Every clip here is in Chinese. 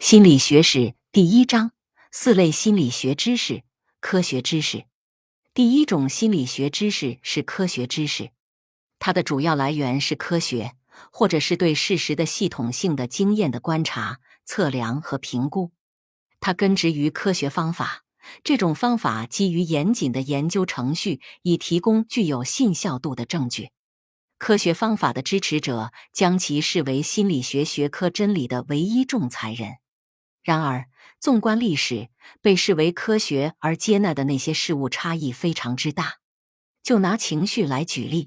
心理学史第一章：四类心理学知识。科学知识。第一种心理学知识是科学知识，它的主要来源是科学，或者是对事实的系统性的经验的观察、测量和评估。它根植于科学方法，这种方法基于严谨的研究程序，以提供具有信效度的证据。科学方法的支持者将其视为心理学学科真理的唯一仲裁人。然而，纵观历史，被视为科学而接纳的那些事物差异非常之大。就拿情绪来举例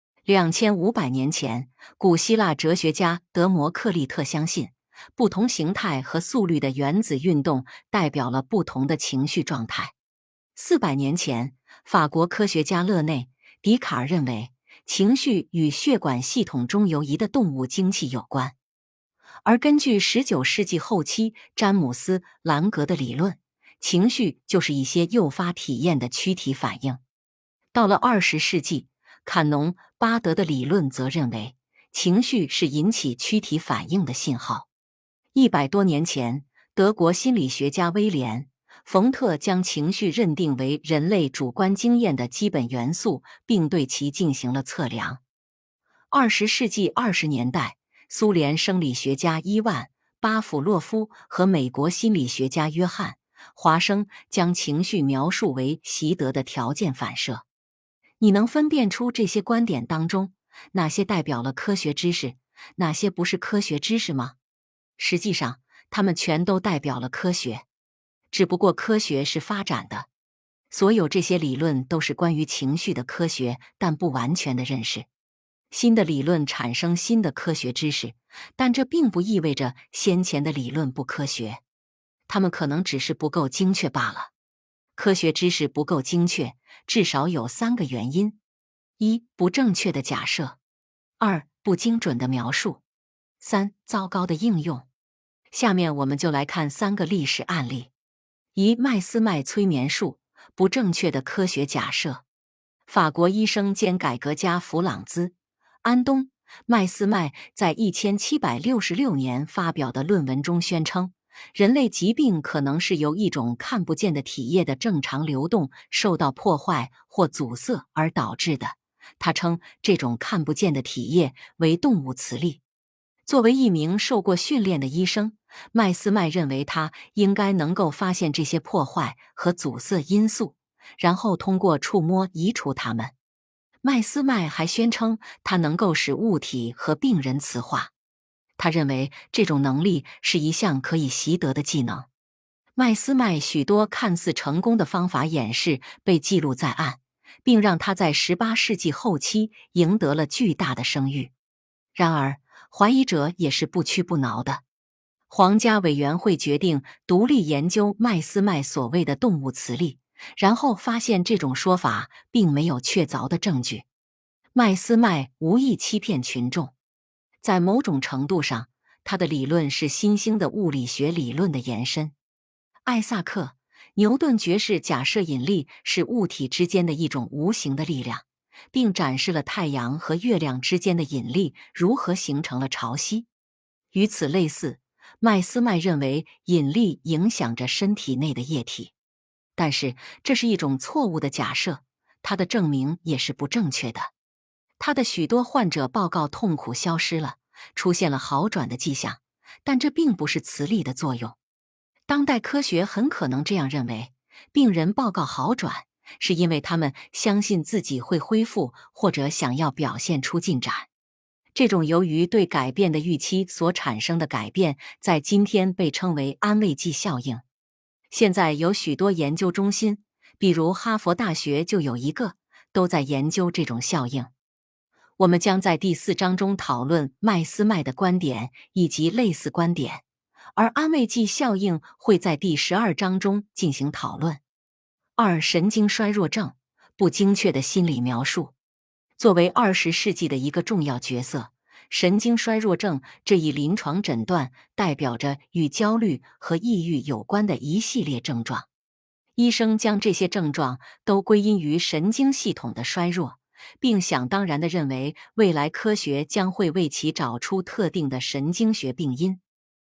，2500年前，古希腊哲学家德谟克利特相信，不同形态和速率的原子运动代表了不同的情绪状态。400年前，法国科学家勒内·笛卡尔认为，情绪与血管系统中游移的动物精气有关。而根据19世纪后期詹姆斯·兰格的理论，情绪就是一些诱发体验的躯体反应。到了20世纪，坎农·巴德的理论则认为，情绪是引起躯体反应的信号。100多年前，德国心理学家威廉·冯特将情绪认定为人类主观经验的基本元素，并对其进行了测量。20世纪20年代，苏联生理学家伊万·巴甫洛夫和美国心理学家约翰·华生将情绪描述为习得的条件反射。你能分辨出这些观点当中，哪些代表了科学知识，哪些不是科学知识吗？实际上，它们全都代表了科学，只不过科学是发展的。所有这些理论都是关于情绪的科学，但不完全的认识。新的理论产生新的科学知识，但这并不意味着先前的理论不科学，它们可能只是不够精确罢了。科学知识不够精确，至少有3个原因：一、不正确的假设；二、不精准的描述；三、糟糕的应用。下面我们就来看3个历史案例。一、麦斯麦催眠术，不正确的科学假设。法国医生兼改革家弗朗兹安东·麦斯麦在1766年发表的论文中宣称，人类疾病可能是由一种看不见的体液的正常流动受到破坏或阻塞而导致的。他称这种看不见的体液为动物磁力。作为一名受过训练的医生，麦斯麦认为他应该能够发现这些破坏和阻塞因素，然后通过触摸移除它们。麦斯麦还宣称他能够使物体和病人磁化，他认为这种能力是一项可以习得的技能。麦斯麦许多看似成功的方法演示被记录在案，并让他在18世纪后期赢得了巨大的声誉。然而，怀疑者也是不屈不挠的。皇家委员会决定独立研究麦斯麦所谓的动物磁力，然后发现这种说法并没有确凿的证据。麦斯麦无意欺骗群众，在某种程度上，他的理论是新兴的物理学理论的延伸。艾萨克·牛顿爵士假设引力是物体之间的一种无形的力量，并展示了太阳和月亮之间的引力如何形成了潮汐。与此类似，麦斯麦认为引力影响着身体内的液体，但是这是一种错误的假设，他的证明也是不正确的。他的许多患者报告痛苦消失了，出现了好转的迹象，但这并不是磁力的作用。当代科学很可能这样认为，病人报告好转，是因为他们相信自己会恢复，或者想要表现出进展。这种由于对改变的预期所产生的改变，在今天被称为安慰剂效应。现在有许多研究中心，比如哈佛大学就有一个，都在研究这种效应。我们将在第4章中讨论麦斯麦的观点以及类似观点，而安慰剂效应会在第12章中进行讨论。二、神经衰弱症，不精确的心理描述。作为20世纪的一个重要角色，神经衰弱症这一临床诊断代表着与焦虑和抑郁有关的一系列症状。医生将这些症状都归因于神经系统的衰弱，并想当然地认为未来科学将会为其找出特定的神经学病因。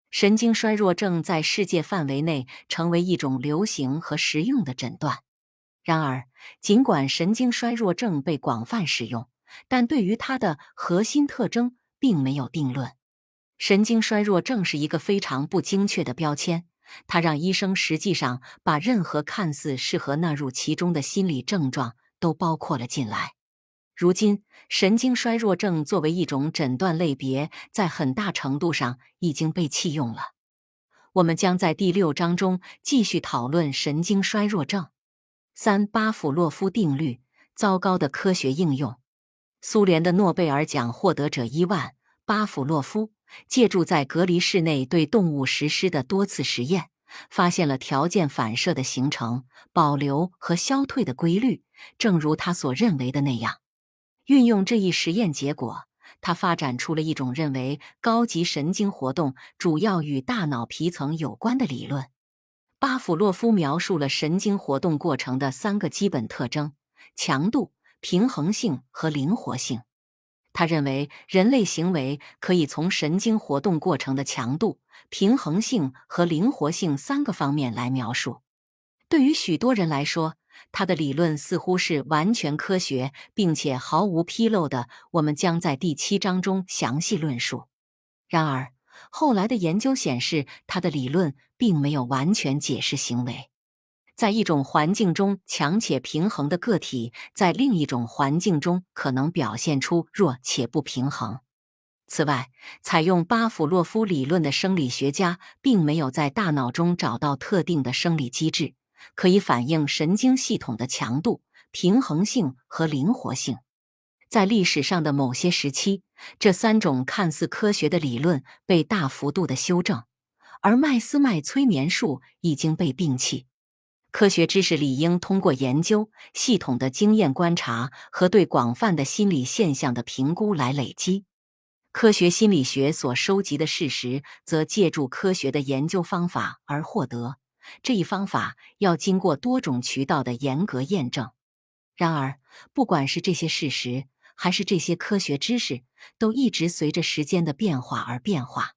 神经衰弱症在世界范围内成为一种流行和实用的诊断。然而，尽管神经衰弱症被广泛使用，但对于它的核心特征并没有定论。神经衰弱症是一个非常不精确的标签，它让医生实际上把任何看似适合纳入其中的心理症状都包括了进来。如今，神经衰弱症作为一种诊断类别，在很大程度上已经被弃用了。我们将在第6章中继续讨论神经衰弱症。3. 巴甫洛夫定律，糟糕的科学应用。苏联的诺贝尔奖获得者伊万·巴甫洛夫借助在隔离室内对动物实施的多次实验，发现了条件反射的形成、保留和消退的规律，正如他所认为的那样。运用这一实验结果，他发展出了一种认为高级神经活动主要与大脑皮层有关的理论。巴甫洛夫描述了神经活动过程的3个基本特征：强度、平衡性和灵活性。他认为人类行为可以从神经活动过程的强度、平衡性和灵活性3个方面来描述。对于许多人来说，他的理论似乎是完全科学并且毫无纰漏的，我们将在第7章中详细论述。然而，后来的研究显示，他的理论并没有完全解释行为。在一种环境中强且平衡的个体，在另一种环境中可能表现出弱且不平衡。此外，采用巴甫洛夫理论的生理学家并没有在大脑中找到特定的生理机制，可以反映神经系统的强度、平衡性和灵活性。在历史上的某些时期，这3种看似科学的理论被大幅度的修正，而麦斯麦催眠术已经被摒弃。科学知识理应通过研究、系统的经验观察和对广泛的心理现象的评估来累积。科学心理学所收集的事实则借助科学的研究方法而获得，这一方法要经过多种渠道的严格验证。然而，不管是这些事实，还是这些科学知识，都一直随着时间的变化而变化。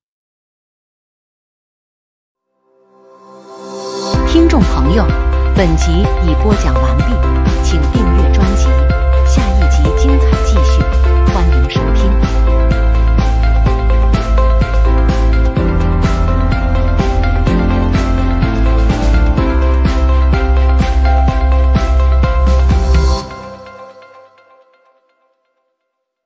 听众朋友，本集已播讲完毕，请订阅专辑，下一集精彩。